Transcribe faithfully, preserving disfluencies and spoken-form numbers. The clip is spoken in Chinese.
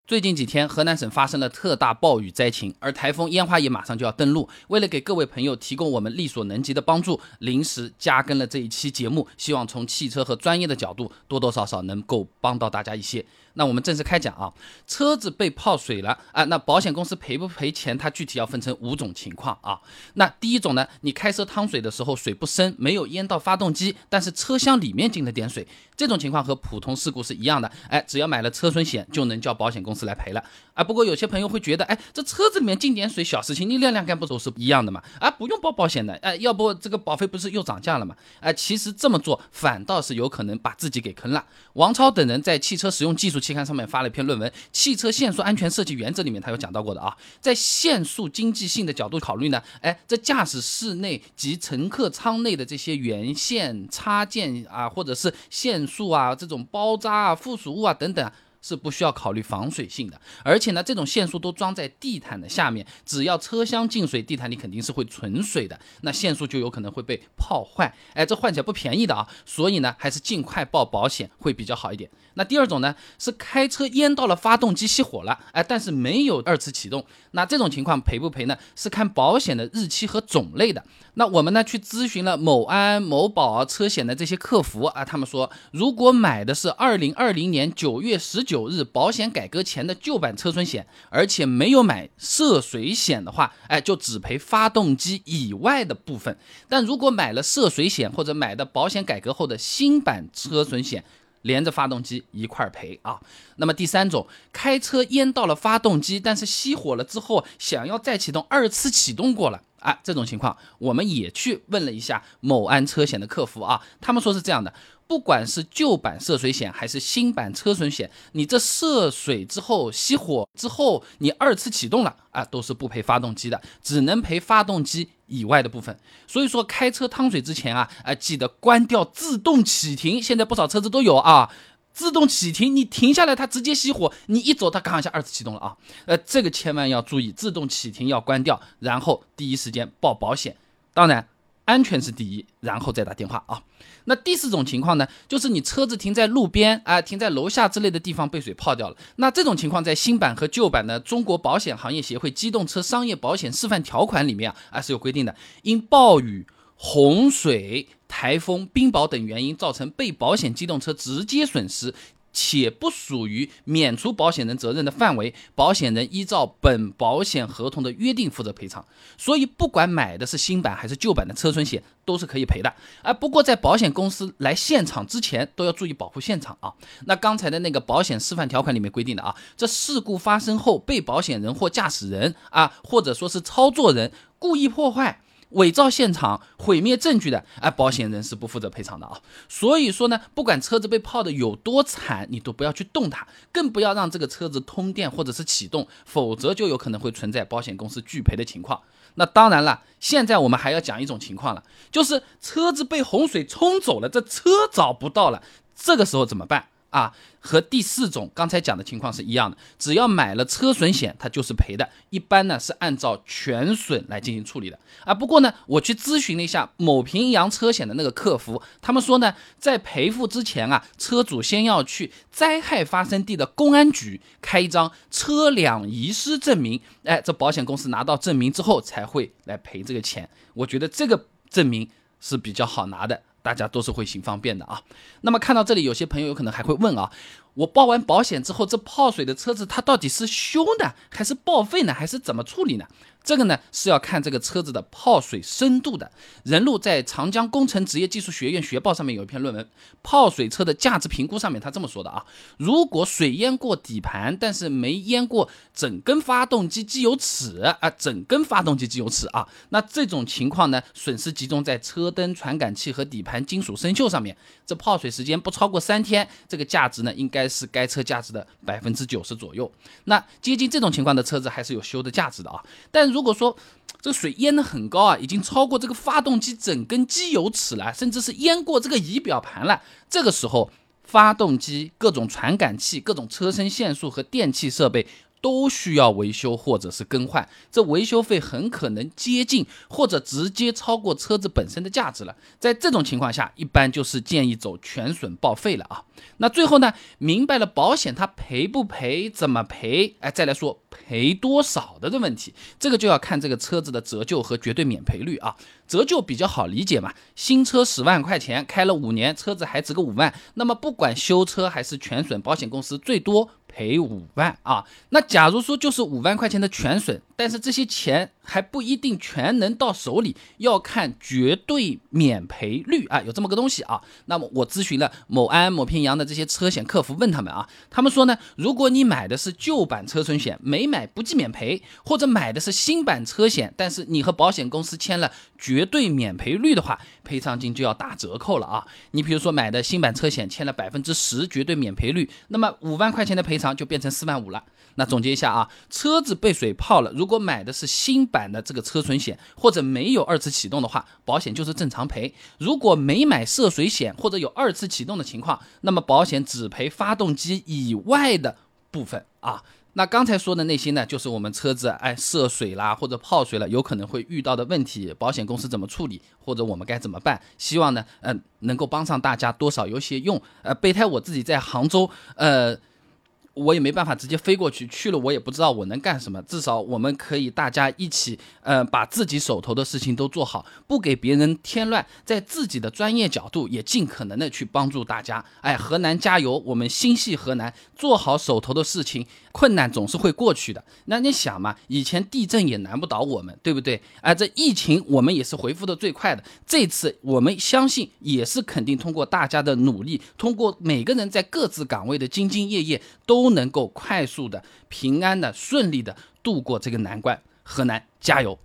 最近几天，河南省发生了特大暴雨灾情，而台风烟花也马上就要登陆。为了给各位朋友提供我们力所能及的帮助，临时加更了这一期节目，希望从汽车和专业的角度，多多少少能够帮到大家一些。那我们正式开讲啊，车子被泡水了啊，那保险公司赔不赔钱？它具体要分成五种情况啊。那第一种呢，你开车趟水的时候水不深，没有淹到发动机，但是车厢里面进了点水，这种情况和普通事故是一样的，哎，只要买了车损险就能叫保险公司来赔了啊。不过有些朋友会觉得，哎，这车子里面进点水小事情，你晾晾干不都是一样的嘛？啊，不用报保险的，哎，要不这个保费不是又涨价了吗？哎，其实这么做反倒是有可能把自己给坑了。王超等人在汽车使用技术期刊上面发了一篇论文《汽车限速安全设计原则》，里面他有讲到过的啊，在限速经济性的角度考虑呢，哎，这驾驶室内及乘客舱内的这些原线插件啊，或者是限速啊，这种包扎啊、附属物啊等等啊，是不需要考虑防水性的，而且呢，这种限速都装在地毯的下面，只要车厢进水，地毯里肯定是会存水的，那限速就有可能会被泡坏，哎，这换起来不便宜的啊，所以呢，还是尽快报保险会比较好一点。那第二种呢，是开车淹到了发动机熄火了，哎，但是没有二次启动，那这种情况赔不赔呢？是看保险的日期和种类的。那我们呢去咨询了某安、某宝车险的这些客服啊，他们说，如果买的是二零二零年九月十九日保险改革前的旧版车损险，而且没有买涉水险的话，哎，就只赔发动机以外的部分。但如果买了涉水险或者买的保险改革后的新版车损险，连着发动机一块赔啊。那么第三种，开车淹到了发动机，但是熄火了之后想要再启动，二次启动过了啊，这种情况我们也去问了一下某安车险的客服啊，他们说是这样的，不管是旧版涉水险还是新版车损险，你这涉水之后熄火之后你二次启动了啊，都是不赔发动机的，只能赔发动机以外的部分。所以说开车趟水之前啊，啊记得关掉自动启停，现在不少车子都有啊，自动启停，你停下来它直接熄火，你一走它刚一下二次启动了啊，呃，这个千万要注意，自动启停要关掉，然后第一时间报保险。当然安全是第一，然后再打电话啊。那第四种情况呢，就是你车子停在路边啊、呃，停在楼下之类的地方被水泡掉了。那这种情况在新版和旧版的中国保险行业协会机动车商业保险示范条款里面啊，啊是有规定的，因暴雨、洪水、台风、冰雹等原因造成被保险机动车直接损失，且不属于免除保险人责任的范围，保险人依照本保险合同的约定负责赔偿。所以不管买的是新版还是旧版的车损险都是可以赔的啊。不过在保险公司来现场之前都要注意保护现场啊。那刚才的那个保险示范条款里面规定的啊，这事故发生后被保险人或驾驶人啊，或者说是操作人故意破坏、伪造现场、毁灭证据的，哎，保险人是不负责赔偿的啊。所以说呢，不管车子被泡的有多惨，你都不要去动它，更不要让这个车子通电或者是启动，否则就有可能会存在保险公司拒赔的情况。那当然了，现在我们还要讲一种情况了，就是车子被洪水冲走了，这车找不到了，这个时候怎么办啊？和第四种刚才讲的情况是一样的，只要买了车损险它就是赔的，一般呢是按照全损来进行处理的啊。不过呢，我去咨询了一下某平阳车险的那个客服，他们说呢，在赔付之前啊，车主先要去灾害发生地的公安局开一张车辆遗失证明，哎，这保险公司拿到证明之后才会来赔这个钱。我觉得这个证明是比较好拿的，大家都是会行方便的啊。那么看到这里，有些朋友有可能还会问啊，我报完保险之后，这泡水的车子它到底是修呢，还是报废呢，还是怎么处理呢？这个呢是要看这个车子的泡水深度的。任路在长江工程职业技术学院学报上面有一篇论文，泡水车的价值评估上面他这么说的啊，如果水淹过底盘，但是没淹过整根发动机机油齿啊，整根发动机机油齿啊，那这种情况呢，损失集中在车灯、传感器和底盘金属生锈上面，这泡水时间不超过三天，这个价值呢应该是该车价值的百分之九十左右。那接近这种情况的车子还是有修的价值的啊。但如果说这个水淹得很高啊，已经超过这个发动机整根机油齿了，甚至是淹过这个仪表盘了，这个时候发动机、各种传感器、各种车身线束和电气设备都需要维修或者是更换，这维修费很可能接近或者直接超过车子本身的价值了。在这种情况下，一般就是建议走全损报废了啊。那最后呢，明白了保险它赔不赔，怎么赔，哎，再来说赔多少的这问题，这个就要看这个车子的折旧和绝对免赔率啊。折旧比较好理解嘛，新车十万块钱，开了五年，车子还值个五万，那么不管修车还是全损，保险公司最多赔五万啊。那假如说就是五万块钱的全损，但是这些钱还不一定全能到手里，要看绝对免赔率啊，有这么个东西啊。那么我咨询了某安、某平洋的这些车险客服，问他们啊，他们说呢，如果你买的是旧版车损险，没买不计免赔，或者买的是新版车险，但是你和保险公司签了绝对免赔率的话，赔偿金就要打折扣了啊。你比如说买的新版车险签了百分之十绝对免赔率，那么五万块钱的赔偿就变成四万五了。那总结一下啊，车子被水泡了，如果买的是新版的这个车损险，或者没有二次启动的话，保险就是正常赔。如果没买涉水险或者有二次启动的情况，那么保险只赔发动机以外的部分啊。那刚才说的那些呢，就是我们车子哎涉水啦或者泡水了，有可能会遇到的问题，保险公司怎么处理，或者我们该怎么办？希望呢，嗯、呃，能够帮上大家多少有些用。呃，备胎我自己在杭州，呃。我也没办法直接飞过去，去了我也不知道我能干什么，至少我们可以大家一起呃，把自己手头的事情都做好，不给别人添乱，在自己的专业角度也尽可能的去帮助大家。哎，河南加油，我们心系河南，做好手头的事情，困难总是会过去的。那你想嘛，以前地震也难不倒我们，对不对？哎，这疫情我们也是回复的最快的，这次我们相信也是肯定通过大家的努力，通过每个人在各自岗位的兢兢业业，都能够快速的、平安的、顺利的度过这个难关。河南加油！